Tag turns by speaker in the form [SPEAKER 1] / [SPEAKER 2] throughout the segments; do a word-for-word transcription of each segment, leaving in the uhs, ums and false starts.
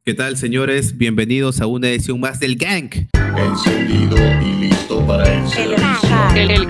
[SPEAKER 1] ¿Qué tal, señores? Bienvenidos a una edición más del Gang.
[SPEAKER 2] Encendido y listo para el servicio.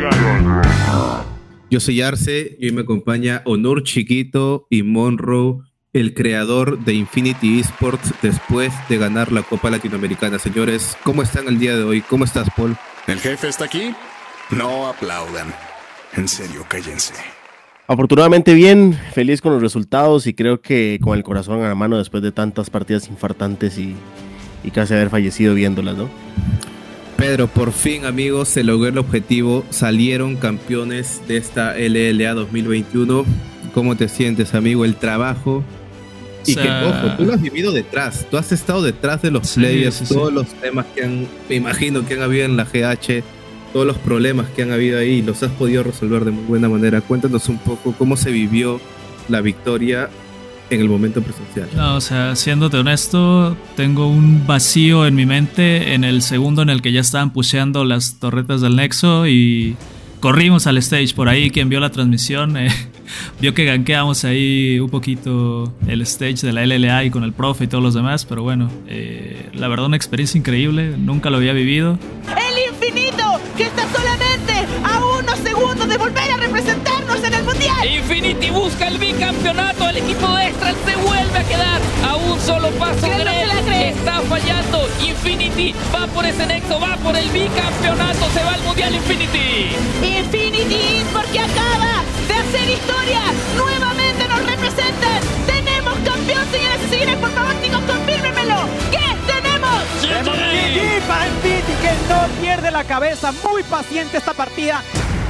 [SPEAKER 1] Yo soy Arce y hoy me acompaña Honor Chiquito y Monroe, el creador de Infinity Esports después de ganar la Copa Latinoamericana. Señores, ¿cómo están el día de hoy? ¿Cómo estás, Paul?
[SPEAKER 2] ¿El jefe está aquí? No aplaudan. En serio, cállense.
[SPEAKER 3] Afortunadamente bien, feliz con los resultados y creo que con el corazón a la mano después de tantas partidas infartantes y, y casi haber fallecido viéndolas, ¿no?
[SPEAKER 1] Pedro, por fin, amigos, se logró el objetivo. Salieron campeones de esta L L A dos mil veintiuno. ¿Cómo te sientes, amigo? El trabajo. Y o sea, que, ojo, tú lo has vivido detrás. Tú has estado detrás de los sí, players, sí, todos sí. los temas que han, me imagino, que han habido en la G H, todos los problemas que han habido ahí, los has podido resolver de muy buena manera. Cuéntanos un poco cómo se vivió la victoria en el momento presencial.
[SPEAKER 4] No, o sea, siéndote honesto, tengo un vacío en mi mente en el segundo en el que ya estaban pusheando las torretas del Nexo y corrimos al stage. Por ahí quien vio la transmisión eh, vio que gankeamos ahí un poquito el stage de la L L A y con el profe y todos los demás, pero bueno, eh, la verdad una experiencia increíble, nunca lo había vivido.
[SPEAKER 5] ¡El infinito! ¡Que está solamente a unos segundos de volver a representarnos en el mundial!
[SPEAKER 6] Infinity busca el bicampeonato, el equipo de Extra se vuelve a quedar a un solo paso. Grell está fallando, Infinity va por ese nexo, va por el bicampeonato, se va al mundial Infinity.
[SPEAKER 5] Infinity, porque acaba de hacer historia, nuevamente nos representan. Tenemos campeón, señoras y señores, por favor, chicos, confírmenmelo. ¿Qué tenemos?
[SPEAKER 7] Tenemos G G para Infinity, que no pierde la cabeza, muy paciente esta partida.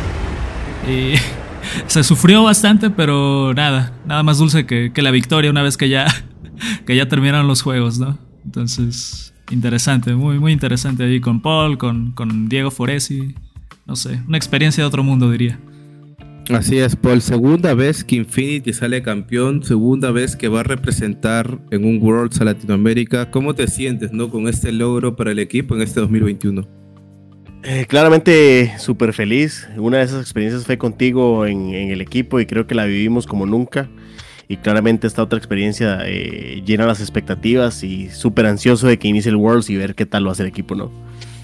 [SPEAKER 4] Y se sufrió bastante, pero nada, nada más dulce que, que la victoria una vez que ya, que ya terminaron los juegos, ¿no? Entonces, interesante, muy, muy interesante ahí con Paul, con, con Diego Foresi, no sé, una experiencia de otro mundo, diría.
[SPEAKER 1] Así es, Paul, segunda vez que Infinity sale campeón, segunda vez que va a representar en un Worlds a Latinoamérica. ¿Cómo te sientes, no, con este logro para el equipo en este dos mil veintiuno?
[SPEAKER 3] Eh, claramente súper feliz. Una de esas experiencias fue contigo en, en el equipo y creo que la vivimos como nunca. Y claramente esta otra experiencia eh, llena las expectativas y súper ansioso de que inicie el Worlds y ver qué tal lo hace el equipo, ¿no?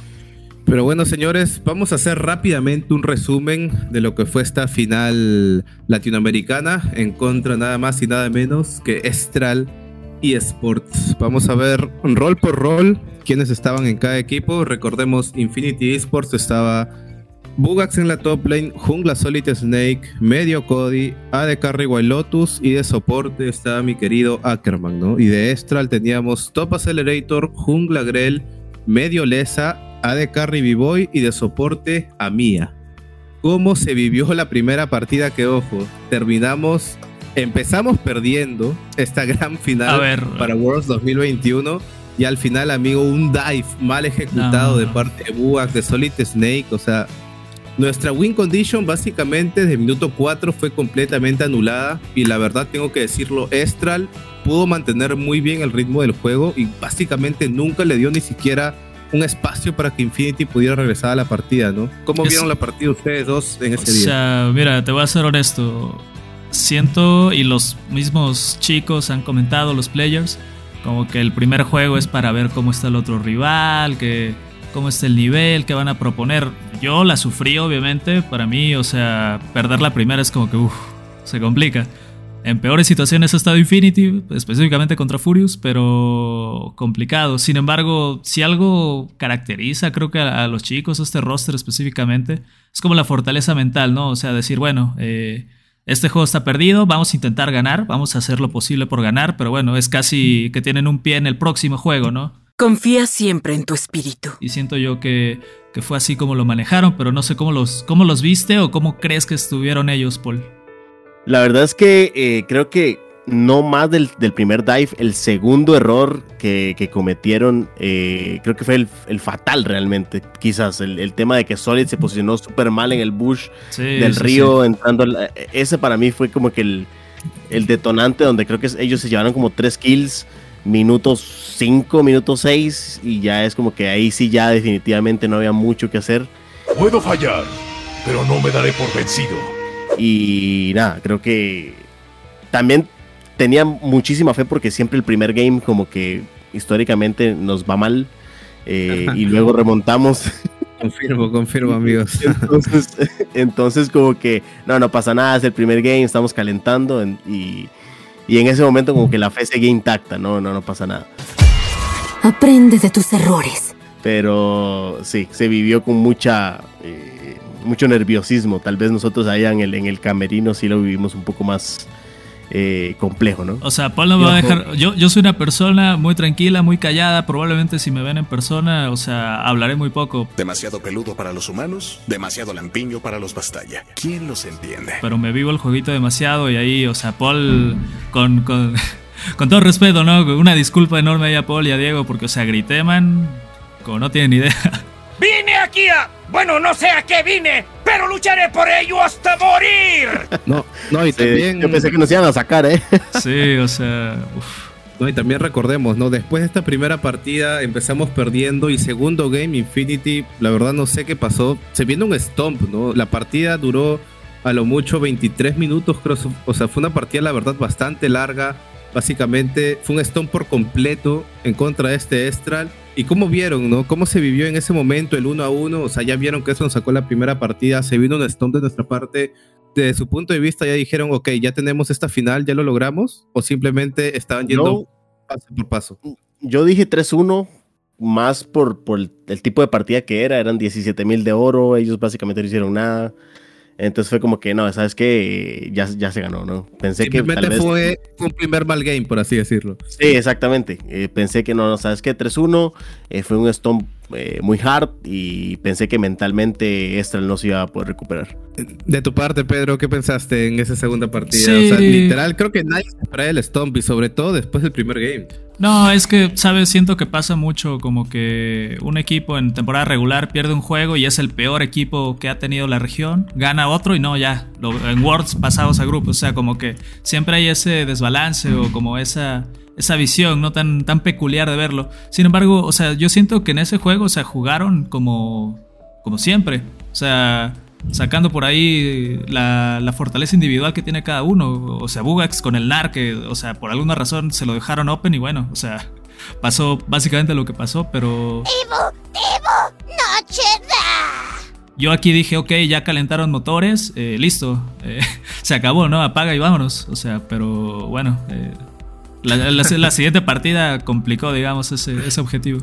[SPEAKER 1] Pero bueno, señores, vamos a hacer rápidamente un resumen de lo que fue esta final latinoamericana en contra nada más y nada menos que Estral Esports. Vamos a ver rol por rol quiénes estaban en cada equipo. Recordemos, Infinity Esports estaba Bugax en la top lane, jungla Solid Snake, medio Cody, A D Carry Wild Lotus y de soporte estaba mi querido Ackerman, ¿no? Y de Estral teníamos top Accelerator, jungla Grell, medio Lesa, A D Carry B-Boy y de soporte a Mia. ¿Cómo se vivió la primera partida? Que ojo, terminamos, empezamos perdiendo esta gran final ver, para Worlds dos mil veintiuno y al final, amigo, un dive mal ejecutado no. de parte de Bugax, de Solid Snake. O sea, nuestra win condition básicamente de minuto cuatro fue completamente anulada y la verdad tengo que decirlo, Estral pudo mantener muy bien el ritmo del juego y básicamente nunca le dio ni siquiera un espacio para que Infinity pudiera regresar a la partida, ¿no? ¿Cómo es, vieron la partida ustedes dos en ese día? O
[SPEAKER 4] sea, mira, te voy a ser honesto. Siento, y los mismos chicos han comentado, los players, como que el primer juego es para ver cómo está el otro rival, que cómo está el nivel, qué van a proponer. Yo la sufrí, obviamente, para mí, o sea, perder la primera es como que, uff, se complica. En peores situaciones ha estado Infinity, específicamente contra Furious, pero complicado. Sin embargo, si algo caracteriza, creo que a, a los chicos, a este roster específicamente, es como la fortaleza mental, ¿no? O sea, decir, bueno, eh, este juego está perdido, vamos a intentar ganar, vamos a hacer lo posible por ganar, pero bueno, es casi que tienen un pie en el próximo juego, ¿no?
[SPEAKER 5] Confía siempre en tu espíritu.
[SPEAKER 4] Y siento yo que, que fue así como lo manejaron, pero no sé cómo los, cómo los viste o cómo crees que estuvieron ellos, Paul.
[SPEAKER 3] La verdad es que eh, creo que no más del, del primer dive, el segundo error que, que cometieron, eh, creo que fue el, el fatal realmente. Quizás el, el tema de que Solid se posicionó súper mal en el bush sí, del sí, río, sí. entrando. Al, ese para mí fue como que el, el detonante donde creo que ellos se llevaron como tres kills, minutos cinco, minutos seis, y ya es como que ahí sí ya definitivamente no había mucho que hacer.
[SPEAKER 2] Puedo fallar, pero no me daré por vencido.
[SPEAKER 3] Y nada, creo que también tenía muchísima fe porque siempre el primer game como que históricamente nos va mal eh, y luego remontamos.
[SPEAKER 1] Confirmo, confirmo, amigos.
[SPEAKER 3] Entonces, entonces como que no, no pasa nada, es el primer game, estamos calentando en, y, y en ese momento como que la fe seguía intacta, no, no, no pasa nada.
[SPEAKER 8] Aprende de tus errores.
[SPEAKER 3] Pero sí, se vivió con mucha eh, mucho nerviosismo. Tal vez nosotros allá en el, en el camerino sí lo vivimos un poco más eh, complejo, ¿no?
[SPEAKER 4] O sea, Paul no me va a dejar. Yo, yo soy una persona muy tranquila, muy callada. Probablemente si me ven en persona, o sea, hablaré muy poco.
[SPEAKER 2] Demasiado peludo para los humanos, demasiado lampiño para los Bastalla. ¿Quién los entiende?
[SPEAKER 4] Pero me vivo el jueguito demasiado y ahí, o sea, Paul con... con Con todo respeto, ¿no? Una disculpa enorme ahí a Paul y a Diego porque, o sea, grité, man, como no tienen idea.
[SPEAKER 9] ¡Vine aquí a... Bueno, no sé a qué vine, pero lucharé por ello hasta morir!
[SPEAKER 1] No, no, y
[SPEAKER 3] Sí,
[SPEAKER 1] también...
[SPEAKER 3] yo pensé que nos iban a sacar, ¿eh?
[SPEAKER 4] Sí, o sea... Uf.
[SPEAKER 1] No, y también recordemos, ¿no? Después de esta primera partida empezamos perdiendo y segundo game, Infinity, la verdad no sé qué pasó. Se viene un stomp, ¿no? La partida duró a lo mucho veintitrés minutos, creo. O sea, fue una partida, la verdad, bastante larga. Básicamente fue un stomp por completo en contra de este Estral. ¿Y cómo vieron, no? ¿Cómo se vivió en ese momento el uno a uno? O sea, ya vieron que eso nos sacó la primera partida. Se vino un stomp de nuestra parte. Desde su punto de vista ya dijeron, ok, ya tenemos esta final, ya lo logramos. ¿O simplemente estaban yendo
[SPEAKER 3] No.
[SPEAKER 1] paso por paso?
[SPEAKER 3] Yo dije tres uno, más por, por el, el tipo de partida que era. Eran diecisiete mil de oro. Ellos básicamente no hicieron nada. Entonces fue como que, no, ¿sabes qué? Ya, ya se ganó, ¿no? Pensé que
[SPEAKER 1] Simplemente
[SPEAKER 3] tal vez...
[SPEAKER 1] fue un primer mal game, por así decirlo.
[SPEAKER 3] Sí, exactamente. Eh, pensé que no, no, ¿sabes qué? tres uno eh, fue un stomp eh, muy hard y pensé que mentalmente Estral no se iba a poder recuperar.
[SPEAKER 1] De tu parte, Pedro, ¿qué pensaste en esa segunda partida?
[SPEAKER 4] Sí.
[SPEAKER 1] O sea, literal, creo que nadie se esperaba el stomp y sobre todo después del primer game.
[SPEAKER 4] No, es que, ¿sabes? Siento que pasa mucho como que un equipo en temporada regular pierde un juego y es el peor equipo que ha tenido la región, gana otro y no, ya, lo, en Worlds pasados a grupos, o sea, como que siempre hay ese desbalance o como esa, esa visión, ¿no? Tan, tan peculiar de verlo. Sin embargo, o sea, yo siento que en ese juego, o sea, jugaron como, como siempre, o sea... sacando por ahí la, la fortaleza individual que tiene cada uno. O sea, Bugax con el N A R, que, o sea, por alguna razón se lo dejaron open y bueno, o sea, pasó básicamente lo que pasó, pero...
[SPEAKER 8] ¡Evo! ¡Evo! ¡Noche da!
[SPEAKER 4] Yo aquí dije, ok, ya calentaron motores, eh, listo, eh, se acabó, ¿no? Apaga y vámonos. O sea, pero bueno, eh, la, la, la siguiente partida complicó, digamos, ese, ese objetivo.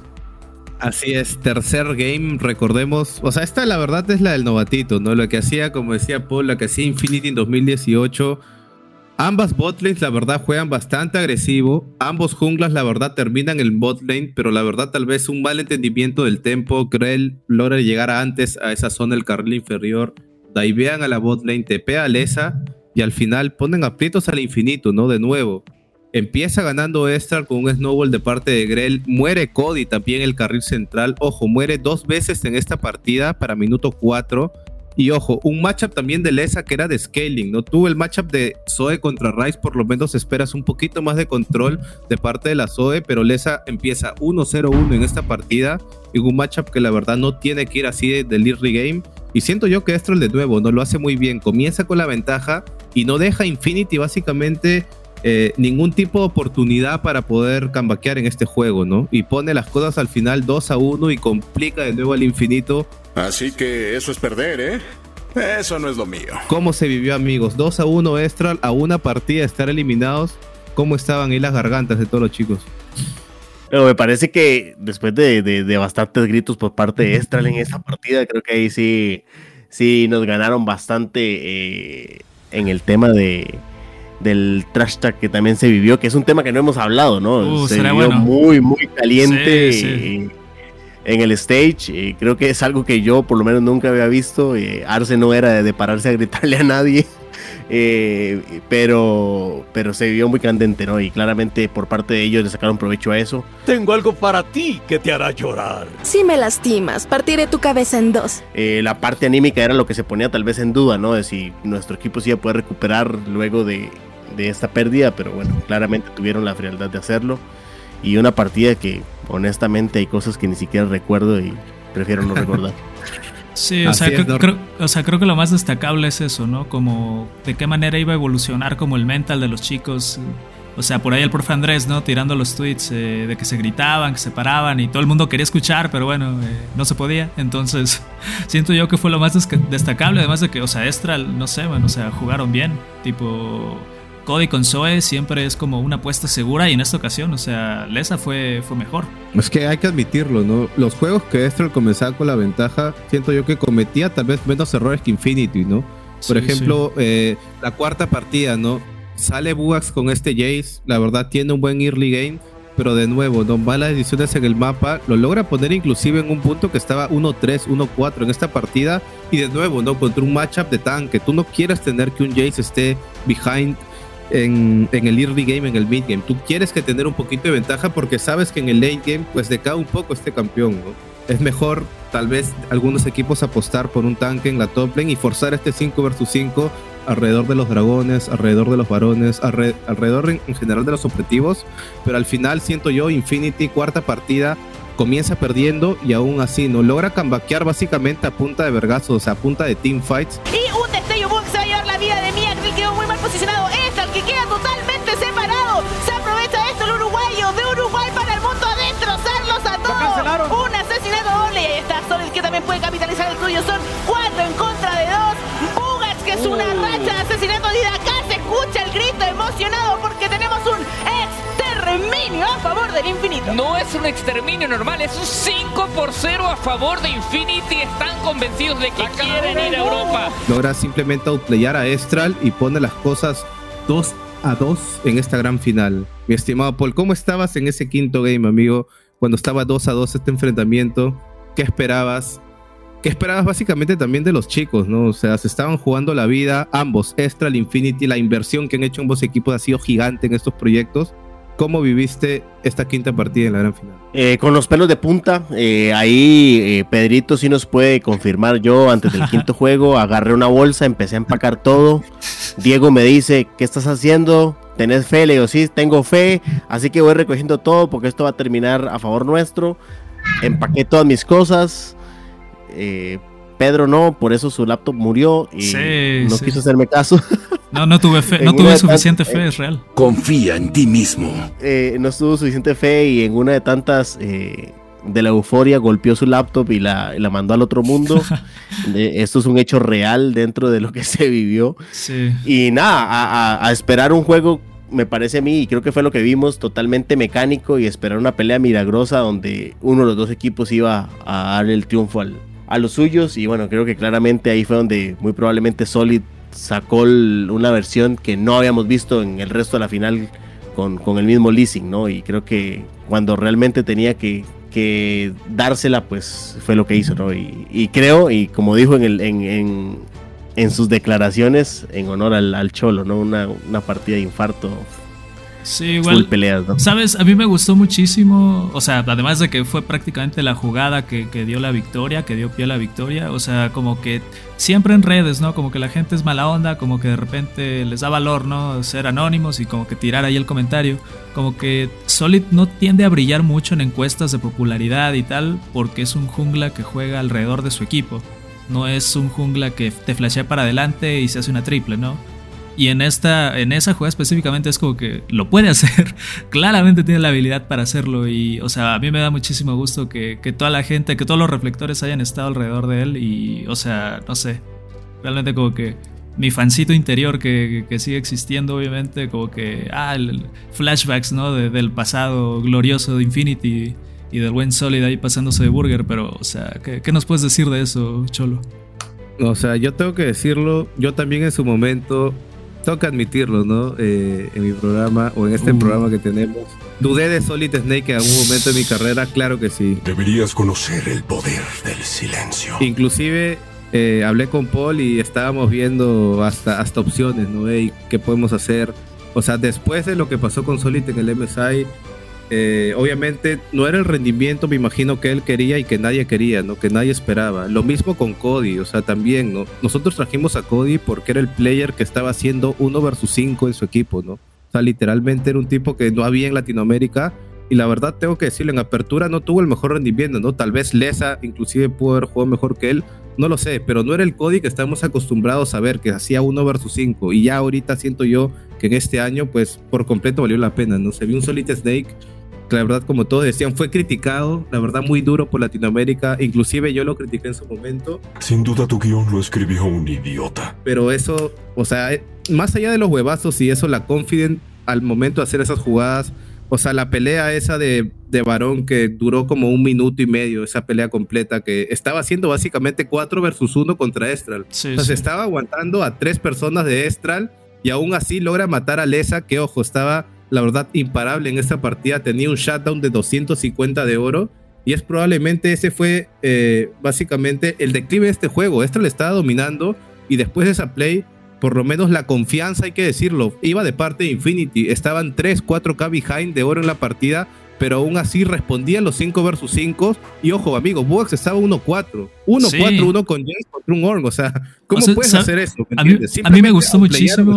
[SPEAKER 1] Así es, tercer game, recordemos, o sea, esta la verdad es la del novatito, ¿no? Lo que hacía, como decía Paul, lo que hacía Infinity en dos mil dieciocho. Ambas botlanes, la verdad, juegan bastante agresivo. Ambos junglas, la verdad, terminan el botlane, pero la verdad, tal vez un mal entendimiento del tempo. Grell logra llegar antes a esa zona del carril inferior, divean a la botlane, tepea a Lesa y al final ponen aprietos al infinito, ¿no? De nuevo. Empieza ganando Estral con un snowball de parte de Grell. Muere Cody también en el carril central. Ojo, muere dos veces en esta partida para minuto cuatro. Y ojo, un matchup también de Lesa que era de scaling, ¿no? Tuvo el matchup de Zoe contra Ryze, por lo menos esperas un poquito más de control de parte de la Zoe, pero Lesa empieza uno cero uno en esta partida. Y un matchup que la verdad no tiene que ir así de, de early game. Y siento yo que Estral de nuevo no lo hace muy bien. Comienza con la ventaja y no deja Infinity básicamente... Eh, ningún tipo de oportunidad para poder cambaquear en este juego, ¿no? Y pone las cosas al final dos a uno y complica de nuevo al infinito.
[SPEAKER 2] Así que eso es perder, ¿eh? Eso no es lo mío.
[SPEAKER 1] ¿Cómo se vivió, amigos? dos a uno Estral a una partida de estar eliminados. ¿Cómo estaban ahí las gargantas de todos los chicos?
[SPEAKER 3] Pero me parece que después de, de, de bastantes gritos por parte de Estral en esta partida, creo que ahí sí, sí nos ganaron bastante eh, en el tema de... del trash tag que también se vivió, que es un tema que no hemos hablado, ¿no?
[SPEAKER 4] Uh,
[SPEAKER 3] se
[SPEAKER 4] será
[SPEAKER 3] vivió
[SPEAKER 4] bueno.
[SPEAKER 3] muy, muy caliente
[SPEAKER 4] Sí, sí.
[SPEAKER 3] eh, en el stage. Eh, creo que es algo que yo por lo menos nunca había visto. Eh, Arce no era de, de pararse a gritarle a nadie, eh, pero, pero se vivió muy candente, ¿no? Y claramente por parte de ellos le sacaron provecho a eso.
[SPEAKER 9] Tengo algo para ti que te hará llorar.
[SPEAKER 8] Si me lastimas, partiré tu cabeza en dos.
[SPEAKER 3] Eh, la parte anímica era lo que se ponía tal vez en duda, ¿no? De si nuestro equipo sí iba a poder recuperar luego de, de esta pérdida, pero bueno, claramente tuvieron la frialdad de hacerlo. Y una partida que honestamente hay cosas que ni siquiera recuerdo y prefiero no recordar.
[SPEAKER 4] Sí, o
[SPEAKER 1] Así
[SPEAKER 4] sea,
[SPEAKER 1] es,
[SPEAKER 4] creo,
[SPEAKER 1] Nor-
[SPEAKER 4] creo- o sea, creo que lo más destacable es eso, ¿no? Como de qué manera iba a evolucionar como el mental de los chicos O sea, por ahí el profe Andrés, ¿no? Tirando los tweets eh, de que se gritaban, que se paraban y todo el mundo quería escuchar, pero bueno, eh, no se podía. Entonces, siento yo que fue lo más destacable. Además de que, o sea, Estral, no sé, bueno, o sea, jugaron bien. Tipo, Cody con Zoe siempre es como una apuesta segura y en esta ocasión, o sea, Lesa fue, fue mejor.
[SPEAKER 1] Es que hay que admitirlo, ¿no? Los juegos que Estral comenzaba con la ventaja, siento yo que cometía tal vez menos errores que Infinity, ¿no? Por sí, ejemplo, sí. Eh, la cuarta partida, ¿no? Sale Bugax con este Jace, la verdad tiene un buen early game, pero de nuevo, ¿no? Malas decisiones en el mapa, lo logra poner inclusive en un punto que estaba uno tres, uno cuatro en esta partida, y de nuevo, ¿no? Contra un matchup de tanque, tú no quieres tener que un Jace esté behind en, en el early game, en el mid game, tú quieres que tener un poquito de ventaja porque sabes que en el late game, pues decae un poco este campeón, ¿no? Es mejor, tal vez, algunos equipos apostar por un tanque en la top lane y forzar este cinco versus cinco alrededor de los dragones, alrededor de los varones, alre- alrededor en, en general de los objetivos, pero al final siento yo Infinity, cuarta partida, comienza perdiendo y aún así no logra comebackear básicamente a punta de vergazos, o sea, a punta de teamfights.
[SPEAKER 5] Y un destello Bugax se va a llevar la vida de Mia, que quedó muy mal posicionado. Es el que queda totalmente separado. Se aprovecha esto el uruguayo, de Uruguay para el mundo a destrozarlos a todos. Un asesinato doble y ahí está Solid, que también puede capitalizar el suyo. Son cuatro en contra de dos. Bugax, que es una racha de asesinatos, y de acá se escucha el grito emocionado porque tenemos un exterminio a favor del Infinito.
[SPEAKER 6] No es un exterminio normal, es un cinco por cero a favor de Infinity. Están convencidos de que quieren ir a Europa.
[SPEAKER 1] Logra simplemente outplayar a Estral y pone las cosas dos a dos en esta gran final. Mi estimado Paul, ¿cómo estabas en ese quinto game, amigo? Cuando estaba dos a dos este enfrentamiento, ¿qué esperabas? ¿Qué esperabas básicamente también de los chicos, ¿no? O sea, se estaban jugando la vida, ambos, Estral, Infinity, la inversión que han hecho ambos equipos ha sido gigante en estos proyectos. ¿Cómo viviste esta quinta partida en la gran final?
[SPEAKER 3] Eh, con los pelos de punta, eh, ahí eh, Pedrito sí nos puede confirmar. Yo antes del quinto juego agarré una bolsa, empecé a empacar todo. Diego me dice, ¿qué estás haciendo? ¿Tenés fe? Le digo, sí, tengo fe, así que voy recogiendo todo porque esto va a terminar a favor nuestro. Empaqué todas mis cosas. Eh, Pedro no, por eso su laptop murió y
[SPEAKER 4] sí,
[SPEAKER 3] no
[SPEAKER 4] sí.
[SPEAKER 3] quiso hacerme caso.
[SPEAKER 4] No, no tuve fe, no tuve suficiente fe, es real.
[SPEAKER 2] Confía en ti mismo.
[SPEAKER 3] Eh, no tuvo suficiente fe y en una de tantas eh, de la euforia golpeó su laptop y la, y la mandó al otro mundo. eh, esto es un hecho real dentro de lo que se vivió.
[SPEAKER 4] Sí.
[SPEAKER 3] Y nada, a, a, a esperar un juego, me parece a mí, y creo que fue lo que vimos, totalmente mecánico, y esperar una pelea milagrosa donde uno de los dos equipos iba a darle el triunfo al, a los suyos. Y bueno, creo que claramente ahí fue donde muy probablemente Solid sacó el, una versión que no habíamos visto en el resto de la final con, con el mismo Lee Sin, ¿no? Y creo que cuando realmente tenía que, que dársela, pues fue lo que hizo, ¿no? Y, y creo, y como dijo en, el, en, en, en sus declaraciones, en honor al, al Cholo, ¿no? Una, una partida de infarto.
[SPEAKER 4] Sí, igual,
[SPEAKER 3] full peleas, ¿no?
[SPEAKER 4] ¿Sabes? A mí me gustó muchísimo, o sea, además de que fue prácticamente la jugada que, que dio la victoria, que dio pie a la victoria, o sea, como que siempre en redes, ¿no? Como que la gente es mala onda, como que de repente les da valor, ¿no? Ser anónimos y como que tirar ahí el comentario. Como que Solid no tiende a brillar mucho en encuestas de popularidad y tal, porque es un jungla que juega alrededor de su equipo. No es un jungla que te flashea para adelante y se hace una triple, ¿no? Y en esta en esa jugada específicamente es como que lo puede hacer. Claramente tiene la habilidad para hacerlo. Y, o sea, a mí me da muchísimo gusto que, que toda la gente, que todos los reflectores hayan estado alrededor de él. Y, o sea, no sé. Realmente como que mi fancito interior que, que, que sigue existiendo, obviamente. Como que, ah, el, el flashbacks, ¿no? De, del pasado glorioso de Infinity y del buen Solid ahí pasándose de burger. Pero, o sea, ¿qué, qué nos puedes decir de eso, Cholo?
[SPEAKER 1] O sea, yo tengo que decirlo. Yo también en su momento... Tengo que admitirlo, ¿no? Eh, en mi programa, o en este uh. programa que tenemos, ¿dudé de Solid Snake en algún momento de mi carrera? Claro que sí.
[SPEAKER 2] Deberías conocer el poder del silencio.
[SPEAKER 1] Inclusive, eh, hablé con Paul y estábamos viendo hasta, hasta opciones, ¿no? ¿Y qué podemos hacer? O sea, después de lo que pasó con Solid en el M S I, eh, obviamente no era el rendimiento, me imagino, que él quería y que nadie quería, ¿no? Que nadie esperaba. Lo mismo con Cody, o sea, también, ¿no? Nosotros trajimos a Cody porque era el player que estaba haciendo uno versus cinco en su equipo, ¿no? O sea, literalmente era un tipo que no había en Latinoamérica y la verdad tengo que decirlo, en apertura no tuvo el mejor rendimiento, ¿no? Tal vez Lesa inclusive pudo haber jugado mejor que él, no lo sé, pero no era el Cody que estamos acostumbrados a ver, que hacía uno versus cinco, y ya ahorita siento yo que en este año, pues, por completo valió la pena, ¿no? Se vio un Solid Snake que la verdad, como todos decían, fue criticado, la verdad muy duro por Latinoamérica, inclusive yo lo critiqué en su momento.
[SPEAKER 10] Sin duda tu guión lo escribió un idiota.
[SPEAKER 1] Pero eso, o sea, más allá de los huevazos y eso, la Confident al momento de hacer esas jugadas, o sea, la pelea esa de, de Barón que duró como un minuto y medio, esa pelea completa que estaba haciendo básicamente cuatro versus uno contra Estral.
[SPEAKER 4] Sí,
[SPEAKER 1] o sea,
[SPEAKER 4] sí.
[SPEAKER 1] se estaba aguantando a tres personas de Estral y aún así logra matar a Lesa, que ojo, estaba la verdad imparable en esta partida, tenía un shutdown de doscientos cincuenta de oro y es probablemente ese fue eh, básicamente el declive de este juego. Estral estaba dominando y después de esa play, por lo menos la confianza, hay que decirlo, iba de parte de Infinity, estaban tres, cuatro K behind de oro en la partida, pero aún así respondían los cinco versus cinco y ojo amigo, Buax estaba uno cuatro, uno cuatro, uno con Jace contra un Ornn, o sea, ¿cómo
[SPEAKER 4] o sea,
[SPEAKER 1] puedes
[SPEAKER 4] ¿sabes?
[SPEAKER 1] hacer eso?
[SPEAKER 4] A mí, a mí me gustó muchísimo.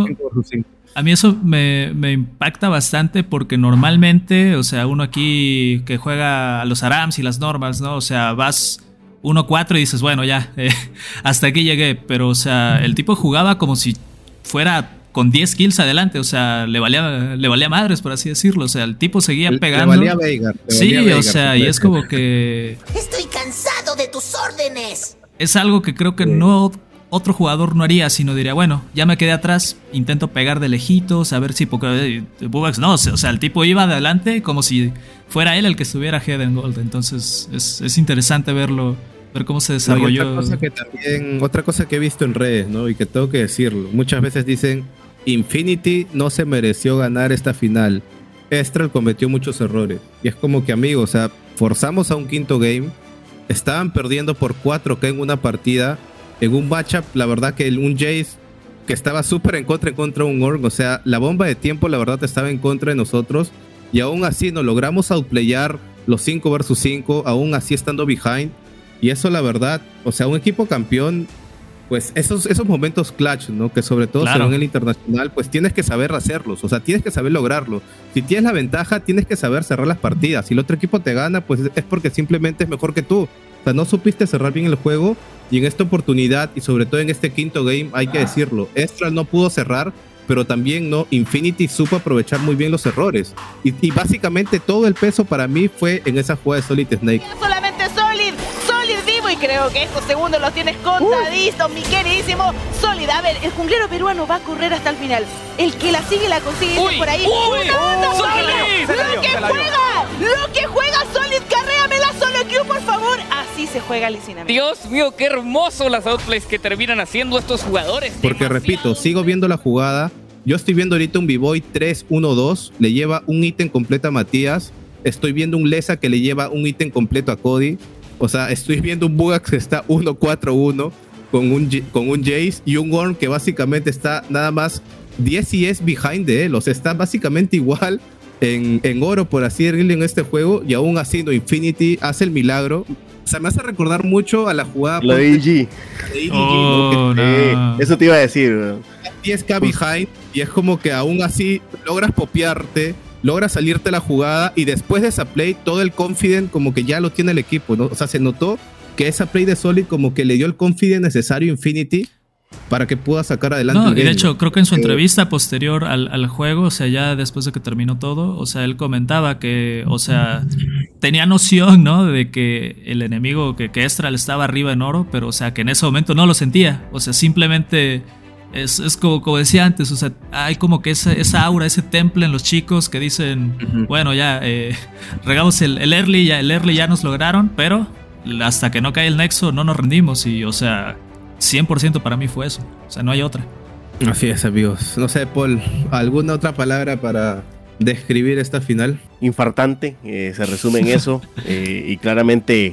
[SPEAKER 4] A mí eso me, me impacta bastante porque normalmente, o sea, uno aquí que juega a los Arams y las normals, ¿no? O sea, vas uno cuatro y dices, bueno, ya, eh, hasta aquí llegué. Pero, o sea, el tipo jugaba como si fuera con diez kills adelante, o sea, le valía, le valía madres, por así decirlo. O sea, el tipo seguía
[SPEAKER 1] le,
[SPEAKER 4] pegando.
[SPEAKER 1] Le valía Veigar. Le
[SPEAKER 4] sí,
[SPEAKER 1] valía Veigar,
[SPEAKER 4] o sea, y es como que...
[SPEAKER 8] Estoy cansado de tus órdenes.
[SPEAKER 4] Es algo que creo que sí. no... otro jugador no haría, sino diría, bueno, ya me quedé atrás, intento pegar de lejitos, a ver si... Porque eh, Bubax no, o sea, el tipo iba adelante como si fuera él el que estuviera head and gold. Entonces es, es interesante verlo, ver cómo se desarrolló.
[SPEAKER 1] No, otra cosa que también, otra cosa que he visto en redes, ¿no? Y que tengo que decirlo, muchas veces dicen, Infinity no se mereció ganar esta final. Estral cometió muchos errores. Y es como que, amigo, o sea, forzamos a un quinto game, estaban perdiendo por cuatro K en una partida, en un matchup, la verdad que el, un Jace que estaba súper en contra en contra de un Ornn, o sea, la bomba de tiempo la verdad estaba en contra de nosotros y aún así nos logramos outplayar los cinco versus cinco, aún así estando behind, y eso la verdad, o sea, un equipo campeón, pues esos, esos momentos clutch, ¿no? Que sobre todo
[SPEAKER 4] claro.
[SPEAKER 1] se ven en el internacional, pues tienes que saber hacerlos, o sea, tienes que saber lograrlo. Si tienes la ventaja, tienes que saber cerrar las partidas. Si el otro equipo te gana, pues es porque simplemente es mejor que tú. O sea, no supiste cerrar bien el juego. Y en esta oportunidad, y sobre todo en este quinto game, hay que decirlo, Estral no pudo cerrar, pero también no, Infinity supo aprovechar muy bien los errores. Y, y básicamente todo el peso para mí fue en esa jugada de Solid Snake.
[SPEAKER 5] Solamente Solid, Solid vivo, y creo que estos segundos los tienes contaditos, uh. mi queridísimo Solid. A ver, el junglero peruano va a correr hasta el final. El que la sigue la consigue
[SPEAKER 6] uy,
[SPEAKER 5] por ahí.
[SPEAKER 6] Uy,
[SPEAKER 5] ¡No, no,
[SPEAKER 6] Solid!
[SPEAKER 5] ¡Lo que juega! ¡Lo que juega Solid! ¡Carréamela solo Q, por favor! Así se juega Licina.
[SPEAKER 6] Dios mío, qué hermoso las outplays que terminan haciendo estos jugadores.
[SPEAKER 1] Porque
[SPEAKER 6] demasiado.
[SPEAKER 1] repito, sigo viendo la jugada. Yo estoy viendo ahorita un B-Boy tres uno dos, le lleva un ítem completo a Matías. Estoy viendo un Lesa que le lleva un ítem completo a Cody. O sea, estoy viendo un Bugax que está uno cuatro uno con un, con un Jace y un Ornn que básicamente está nada más diez C S behind de él. O sea, está básicamente igual en, en oro, por así decirlo, en este juego. Y aún así, no, Infinity hace el milagro. O sea, me hace recordar mucho a la jugada...
[SPEAKER 3] La de E G.
[SPEAKER 1] De E G,
[SPEAKER 4] oh,
[SPEAKER 1] ¿no? Que,
[SPEAKER 4] no.
[SPEAKER 3] Eh, eso te iba a decir, bro.
[SPEAKER 1] diez K behind y es como que aún así logras popearte, logras salirte la jugada y después de esa play todo el confident como que ya lo tiene el equipo, ¿no? O sea, se notó que esa play de Solid como que le dio el confident necesario a Infinity para que pueda sacar adelante.
[SPEAKER 4] No,
[SPEAKER 1] el
[SPEAKER 4] y de
[SPEAKER 1] game.
[SPEAKER 4] hecho, creo que en su
[SPEAKER 1] eh,
[SPEAKER 4] entrevista posterior al, al juego, o sea, ya después de que terminó todo, o sea, él comentaba que, o sea, tenía noción, ¿no? De que el enemigo, que, que Estral estaba arriba en oro, pero, o sea, que en ese momento no lo sentía. O sea, simplemente es, es como, como decía antes, o sea, hay como que esa, esa aura, ese temple en los chicos que dicen, uh-huh. bueno, ya, eh, regamos el, el early, ya, el early ya nos lograron, pero hasta que no cae el nexo no nos rendimos y, o sea... cien por ciento para mí fue eso. O sea, no hay otra.
[SPEAKER 1] Así es, amigos. No sé, Paul, ¿alguna otra palabra para describir esta final?
[SPEAKER 3] Infartante, eh, se resume en eso. eh, y claramente,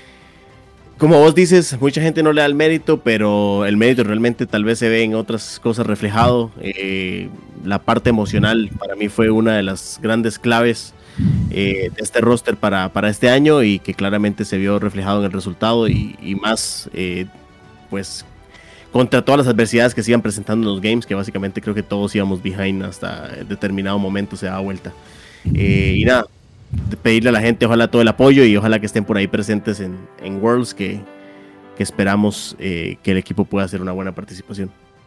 [SPEAKER 3] como vos dices, mucha gente no le da el mérito, pero el mérito realmente tal vez se ve en otras cosas reflejado. Eh, la parte emocional para mí fue una de las grandes claves eh, de este roster para, para este año y que claramente se vio reflejado en el resultado y, y más... Eh, pues contra todas las adversidades que se iban presentando en los games, que básicamente creo que todos íbamos behind hasta determinado momento se daba vuelta. Eh, y nada, pedirle a la gente, ojalá todo el apoyo y ojalá que estén por ahí presentes en, en Worlds, que, que esperamos eh, que el equipo pueda hacer una buena participación.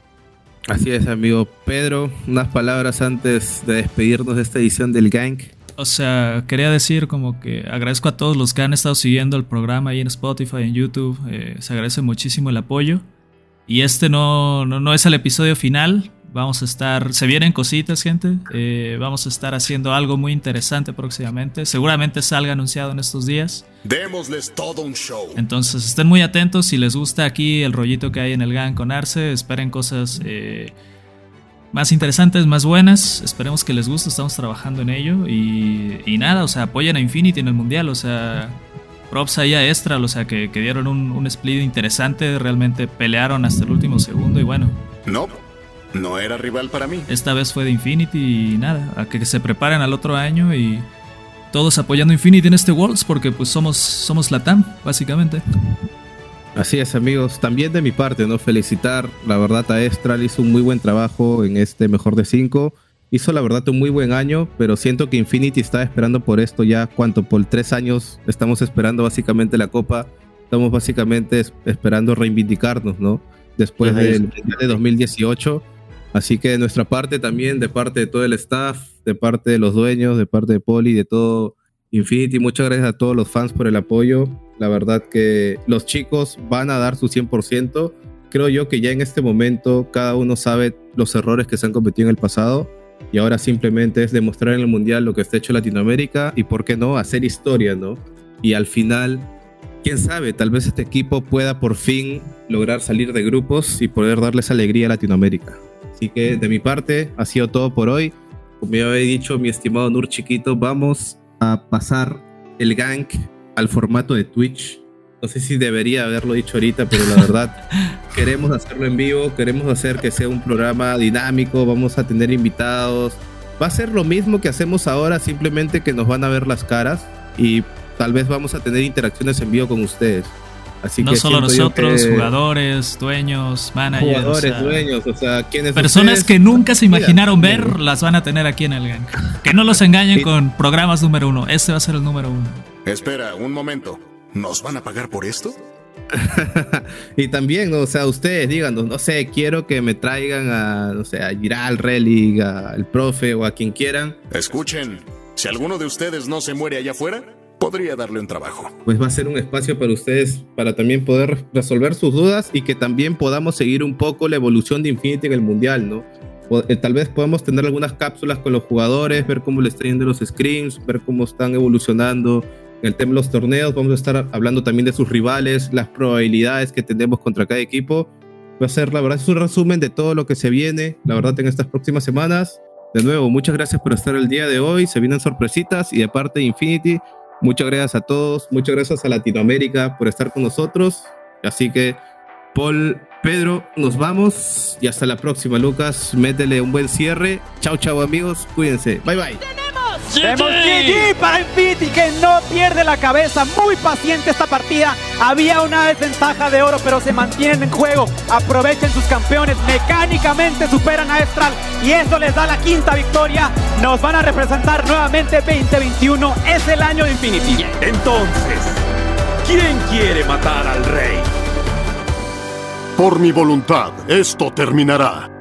[SPEAKER 1] Así es, amigo Pedro, unas palabras antes de despedirnos de esta edición del Gank.
[SPEAKER 4] O sea, quería decir como que agradezco a todos los que han estado siguiendo el programa ahí en Spotify, en YouTube. Eh, se agradece muchísimo el apoyo. Y este no, no, no es el episodio final. Vamos a estar... Se vienen cositas, gente. Eh, vamos a estar haciendo algo muy interesante próximamente. Seguramente salga anunciado en estos días.
[SPEAKER 2] Démosles todo un show.
[SPEAKER 4] Entonces estén muy atentos. Si les gusta aquí el rollito que hay en el Gank con Arce, esperen cosas... Eh, más interesantes, más buenas. Esperemos que les guste, estamos trabajando en ello. Y, y nada, o sea, apoyen a Infinity en el Mundial. O sea, props ahí a Estral, o sea, que, que dieron un, un split interesante. Realmente pelearon hasta el último segundo y bueno.
[SPEAKER 2] No, no era rival para mí.
[SPEAKER 4] Esta vez fue de Infinity y nada, a que se preparen al otro año y todos apoyando a Infinity en este Worlds porque pues somos, somos la T A M, básicamente.
[SPEAKER 1] Así es, amigos, también de mi parte, ¿no? Felicitar, la verdad, a Estral, hizo un muy buen trabajo en este mejor de cinco, hizo la verdad un muy buen año, pero siento que Infinity está esperando por esto ya, cuánto, por tres años estamos esperando básicamente la copa, estamos básicamente es, esperando reivindicarnos, ¿no? Después uh-huh. del de dos mil dieciocho, así que de nuestra parte también, de parte de todo el staff, de parte de los dueños, de parte de Poli, de todo Infinity, muchas gracias a todos los fans por el apoyo. La verdad que los chicos van a dar su cien por ciento. Creo yo que ya en este momento cada uno sabe los errores que se han cometido en el pasado y ahora simplemente es demostrar en el Mundial lo que está hecho en Latinoamérica y por qué no, hacer historia, ¿no? Y al final, quién sabe, tal vez este equipo pueda por fin lograr salir de grupos y poder darles alegría a Latinoamérica. Así que de mi parte ha sido todo por hoy. Como ya había dicho mi estimado Nur Chiquito, vamos a pasar el Gank al formato de Twitch. No sé si debería haberlo dicho ahorita, pero la verdad queremos hacerlo en vivo, queremos hacer que sea un programa dinámico, vamos a tener invitados, va a ser lo mismo que hacemos ahora, simplemente que nos van a ver las caras y tal vez vamos a tener interacciones en vivo con ustedes. Así
[SPEAKER 4] no
[SPEAKER 1] que
[SPEAKER 4] solo nosotros,
[SPEAKER 1] que...
[SPEAKER 4] jugadores, dueños, managers,
[SPEAKER 1] jugadores,
[SPEAKER 4] o sea,
[SPEAKER 1] dueños, o sea, quienes
[SPEAKER 4] personas
[SPEAKER 1] ustedes...
[SPEAKER 4] que nunca se imaginaron ver, las van a tener aquí en el Gank. Que no los engañen con programas número uno, este va a ser el número uno.
[SPEAKER 2] Espera, un momento. ¿Nos van a pagar por esto?
[SPEAKER 1] Y también, o sea, ustedes díganos, no sé, quiero que me traigan a, no sé, a Giral, Relic, al profe o a quien quieran.
[SPEAKER 2] Escuchen, si alguno de ustedes no se muere allá afuera, podría darle un trabajo.
[SPEAKER 1] Pues va a ser un espacio para ustedes, para también poder resolver sus dudas y que también podamos seguir un poco la evolución de Infinity en el Mundial, ¿no? Tal vez podamos tener algunas cápsulas con los jugadores, ver cómo les están yendo los scrims, ver cómo están evolucionando en el tema de los torneos. Vamos a estar hablando también de sus rivales, las probabilidades que tenemos contra cada equipo. Va a ser, la verdad, es un resumen de todo lo que se viene, la verdad, en estas próximas semanas. De nuevo, muchas gracias por estar el día de hoy. Se vienen sorpresitas y de parte de Infinity, muchas gracias a todos. Muchas gracias a Latinoamérica por estar con nosotros. Así que, Paul, Pedro, nos vamos y hasta la próxima. Lucas, métele un buen cierre. Chao, chao, amigos. Cuídense. Bye, bye.
[SPEAKER 7] Tenemos G G para Infinity, que no pierde la cabeza, muy paciente esta partida. Había una desventaja de oro, pero se mantienen en juego. Aprovechen sus campeones, mecánicamente superan a Estral y eso les da la quinta victoria. Nos van a representar nuevamente veinte veintiuno, es el año de Infinity.
[SPEAKER 9] Entonces, ¿quién quiere matar al rey?
[SPEAKER 10] Por mi voluntad, esto terminará.